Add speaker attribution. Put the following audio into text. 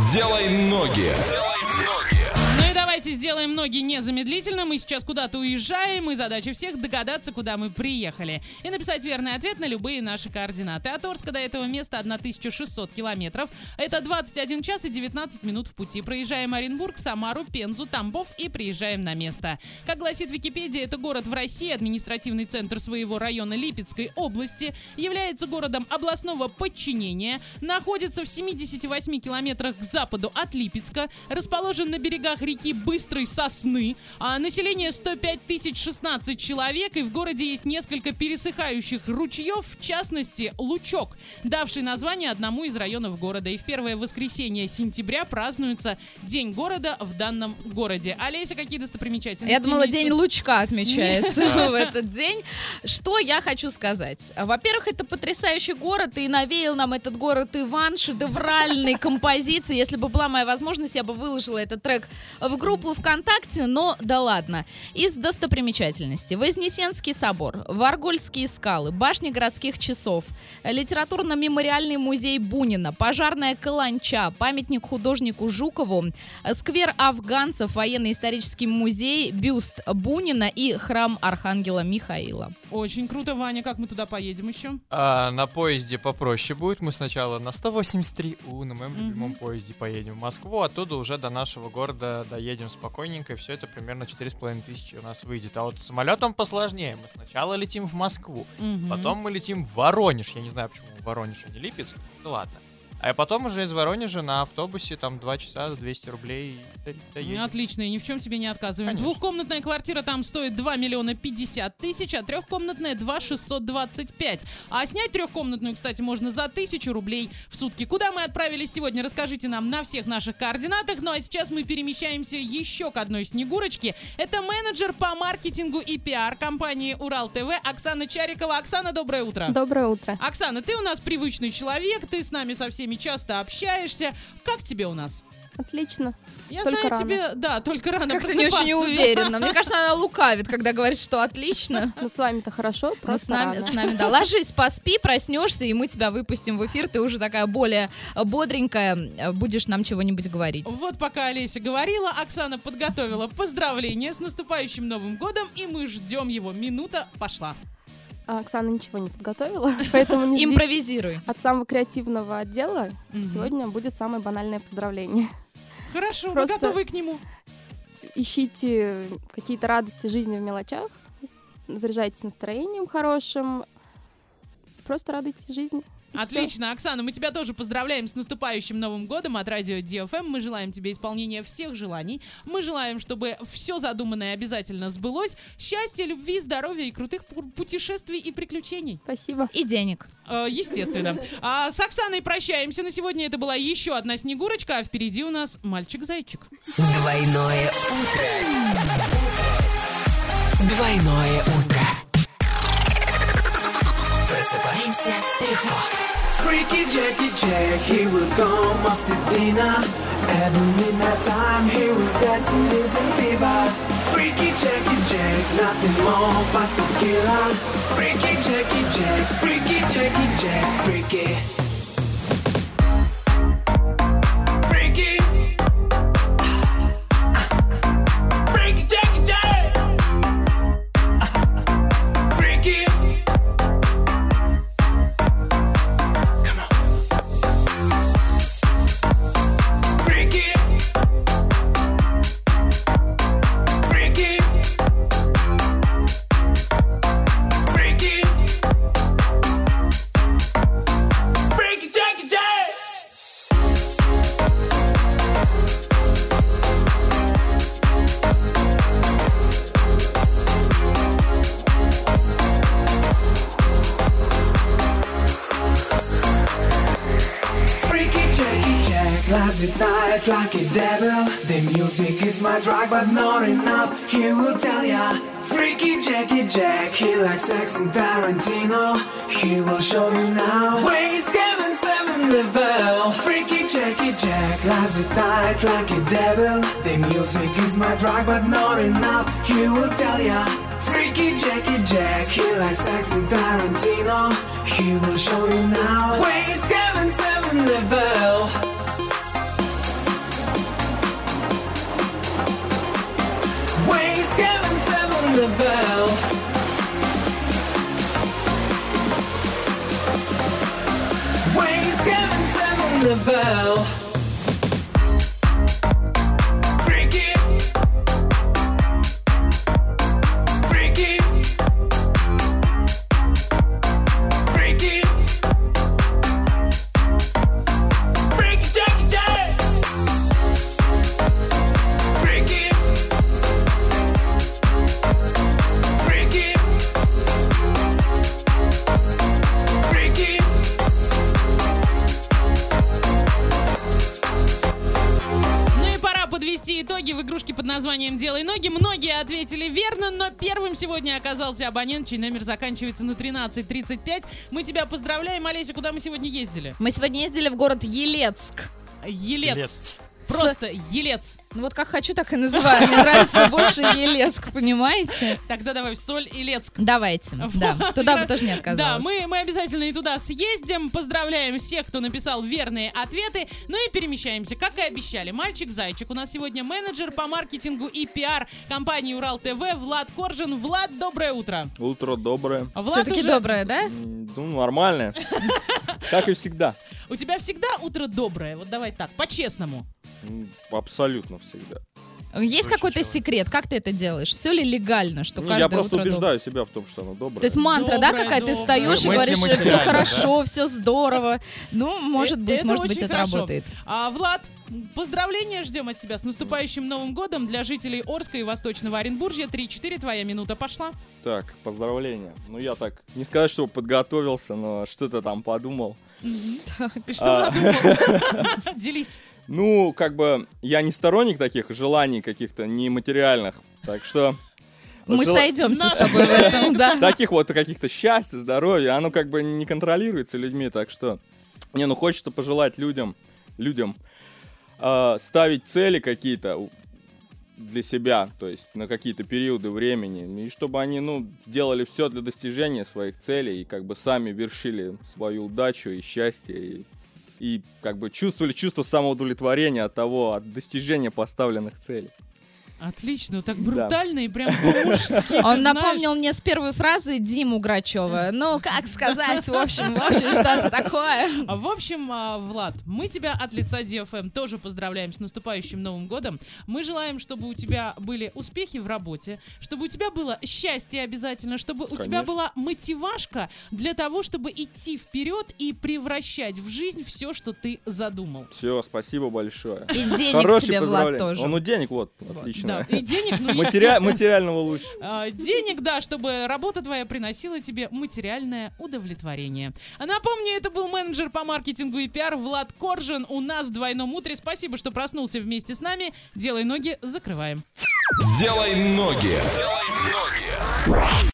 Speaker 1: Делай ноги.
Speaker 2: Ну и давайте сделаем ноги незамедлительно. Мы сейчас куда-то уезжаем, и задача всех догадаться, куда мы приехали. И написать верный ответ на любые наши координаты. От Орска до этого места 1600 километров. Это 21 час и 19 минут в пути. Проезжаем Оренбург, Самару, Пензу, Тамбов и приезжаем на место. Как гласит Википедия, это город в России, административный центр своего района Липецкой области, является городом областного подчинения, находится в 78 километрах к западу от Липецка, расположен на берегах реки Быстрой Сосны, а население 105 016 человек, и в городе есть несколько пересыхающих ручьев, в частности Лучок, давший название одному из районов города. И в первое воскресенье сентября празднуется День города в данном городе. Олеся, какие достопримечательности?
Speaker 3: Я думала, День Лучка отмечается в этот день. Что я хочу сказать? Во-первых, это потрясающий город, и навеял нам этот город Иван шедевральной композиции. Если бы была моя возможность, я бы выложила этот трек в группу ВКонтакте, но да ладно. Из достопримечательностей: Вознесенский собор, Варгольские скалы, башня городских часов, литературно-мемориальный музей Бунина, пожарная каланча, памятник художнику Жукову, сквер афганцев, военно-исторический музей, бюст Бунина и храм Архангела Михаила.
Speaker 2: Очень круто, Ваня. Как мы туда поедем еще?
Speaker 4: На поезде попроще будет. Мы сначала на 183У, на моем любимом поезде поедем в Москву, оттуда уже до нашего города доедем спокойненько, и все это примерно 4500 у нас выйдет. А вот с самолетом посложнее. Мы сначала летим в Москву, потом мы летим в Воронеж. Я не знаю, почему Воронеж, а не Липецк. Ну ладно. А потом уже из Воронежа на автобусе там 2 часа за 200 рублей доедем.
Speaker 2: Отлично, и ни в чем себе не отказываем.
Speaker 4: Конечно.
Speaker 2: Двухкомнатная квартира там стоит 2 50 000, а трехкомнатная 2 625. А снять трехкомнатную, кстати, можно за 1000 рублей в сутки. Куда мы отправились сегодня, расскажите нам на всех наших координатах. Ну а сейчас мы перемещаемся еще к одной снегурочке. Это менеджер по маркетингу и пиар компании Урал ТВ Оксана Чарикова. Оксана, доброе утро.
Speaker 5: Доброе утро.
Speaker 2: Оксана, ты у нас привычный человек, ты с нами со всеми часто общаешься. Как тебе у нас?
Speaker 5: Отлично.
Speaker 2: Я
Speaker 5: Только
Speaker 2: знаю,
Speaker 5: рано.
Speaker 2: тебе, да, только рано
Speaker 3: Как-то не очень
Speaker 2: просыпаться,
Speaker 3: уверенно. Мне кажется, она лукавит, когда говорит, что отлично.
Speaker 5: Ну, с вами-то хорошо,
Speaker 3: Ну,
Speaker 5: просто
Speaker 3: с нами,
Speaker 5: рано.
Speaker 3: да. Ложись, поспи, проснешься, и мы тебя выпустим в эфир. Ты уже такая более бодренькая, будешь нам чего-нибудь говорить.
Speaker 2: Вот пока Олеся говорила, Оксана подготовила поздравления с наступающим Новым годом, и мы ждем его. Минута пошла.
Speaker 5: А Оксана ничего не подготовила, поэтому не ждите.
Speaker 3: Импровизируй.
Speaker 5: От самого креативного отдела сегодня будет самое банальное поздравление.
Speaker 2: Хорошо,
Speaker 5: Просто-
Speaker 2: вы готовы к нему?
Speaker 5: Ищите какие-то радости жизни в мелочах, заряжайтесь настроением хорошим, просто радуйтесь жизни. И всё.
Speaker 2: Отлично, Оксана, мы тебя тоже поздравляем с наступающим Новым годом от радио DFM. Мы желаем тебе исполнения всех желаний. Мы желаем, чтобы все задуманное обязательно сбылось. Счастья, любви, здоровья и крутых путешествий и приключений.
Speaker 5: Спасибо.
Speaker 3: И денег.
Speaker 2: Естественно. А с Оксаной прощаемся на сегодня. Это была еще одна снегурочка, а впереди у нас мальчик-зайчик.
Speaker 6: Двойное утро. Двойное утро. Просыпаемся легко.
Speaker 7: Freaky Jackie Jack, he will come after dinner. At midnight time, he will dance in his fever. Freaky Jackie Jack, nothing more but tequila. Freaky Jackie Jack, Freaky Jackie Jack, freaky. Freaky. Freaky Jackie Jack. Freaky. Lives at night like a devil. The music is my drug, but not enough. He will tell ya. Freaky Jackie Jack, he likes sex and Tarantino. He will show you now. Where is heaven 7 level? Freaky Jackie Jack, lives at night like a devil. The music is my drug, but not enough. He will tell ya. Freaky Jackie Jack, he likes sex and Tarantino. He will show you now. Where is heaven 7 level? devil. Freaky, freaky, freaky, freaky, Jackie Jack. Freaky, freaky, freaky.
Speaker 2: Ну и пора подвести итоги в игрушке под названием «Делай ноги». Многие ответили верно, но первым сегодня оказался абонент, чей номер заканчивается на 1335. Мы тебя поздравляем. Олеся, куда мы сегодня ездили?
Speaker 3: Мы сегодня ездили в город Елецк.
Speaker 2: Елец. Просто Елец.
Speaker 3: Ну вот как хочу, так и называю. Мне нравится больше Елецк, понимаете?
Speaker 2: Тогда давай в Соль Илецк.
Speaker 3: Давайте, да. Туда бы тоже не
Speaker 2: Да,
Speaker 3: отказалась.
Speaker 2: мы обязательно и туда съездим. Поздравляем всех, кто написал верные ответы. Ну и перемещаемся, как и обещали. Мальчик-зайчик. У нас сегодня менеджер по маркетингу и пиар компании Урал ТВ Влад Коржин. Влад, доброе утро.
Speaker 1: Утро доброе.
Speaker 2: Влад,
Speaker 3: Все-таки
Speaker 2: уже-
Speaker 3: доброе, да?
Speaker 1: Ну, нормальное. Как и всегда.
Speaker 2: У тебя всегда утро доброе. Вот давай так, по-честному.
Speaker 1: Абсолютно всегда.
Speaker 3: Есть
Speaker 4: Очень
Speaker 3: какой-то
Speaker 4: человек.
Speaker 3: секрет? Как ты это делаешь? Все ли легально, что
Speaker 1: Не,
Speaker 3: каждое
Speaker 1: я просто
Speaker 3: утро доброе?
Speaker 1: убеждаю себя в том, что оно доброе.
Speaker 3: То есть мантра, да,
Speaker 2: Доброе,
Speaker 3: какая-то? Ты
Speaker 2: доброе.
Speaker 3: встаешь и
Speaker 4: Мысли
Speaker 3: говоришь, все
Speaker 4: материально,
Speaker 3: хорошо, все здорово. Ну, может быть,
Speaker 2: очень
Speaker 3: это
Speaker 2: хорошо.
Speaker 3: работает.
Speaker 2: Влад, поздравления ждем от тебя с наступающим Новым годом. Для жителей Орска и Восточного Оренбуржья 3-4, твоя минута пошла.
Speaker 1: Так, поздравления. Ну, я так, не сказать, что подготовился, но что-то там подумал.
Speaker 2: И что надумал? Делись.
Speaker 1: Ну, как бы, я не сторонник таких желаний каких-то нематериальных, так что...
Speaker 3: Мы
Speaker 1: жел-
Speaker 3: сойдемся с тобой в этом, да.
Speaker 1: Таких вот каких-то счастья, здоровья, оно как бы не контролируется людьми, так что... Не, ну хочется пожелать людям ставить цели какие-то для себя, то есть на какие-то периоды времени, и чтобы они, ну, делали все для достижения своих целей и как бы сами вершили свою удачу и счастье, и как бы чувствовали чувство самоудовлетворения от достижения поставленных целей.
Speaker 2: Отлично, так
Speaker 1: Да.
Speaker 2: брутально и прям по-мужски. ты
Speaker 3: Он
Speaker 2: знаешь.
Speaker 3: напомнил мне с первой фразы Диму Грачева. Ну, как сказать, в общем, что-то такое.
Speaker 2: В общем, Влад, мы тебя от лица DFM тоже поздравляем с наступающим Новым годом. Мы желаем, чтобы у тебя были успехи в работе, чтобы у тебя было счастье обязательно, чтобы у тебя
Speaker 1: Конечно.
Speaker 2: была мотивашка для того, чтобы идти вперед и превращать в жизнь все, что ты задумал.
Speaker 1: Все, спасибо большое.
Speaker 3: И денег
Speaker 1: Хорошие
Speaker 3: тебе, Влад,
Speaker 1: поздравления.
Speaker 3: тоже.
Speaker 1: Ну, денег, вот, отлично.
Speaker 2: Да, и денег, ну, естественно.
Speaker 1: Материального лучше.
Speaker 2: Денег, да, чтобы работа твоя приносила тебе материальное удовлетворение. А напомню, это был менеджер по маркетингу и пиар Влад Коржин у нас в двойном утре. Спасибо, что проснулся вместе с нами. Делай ноги, закрываем.
Speaker 8: Делай ноги.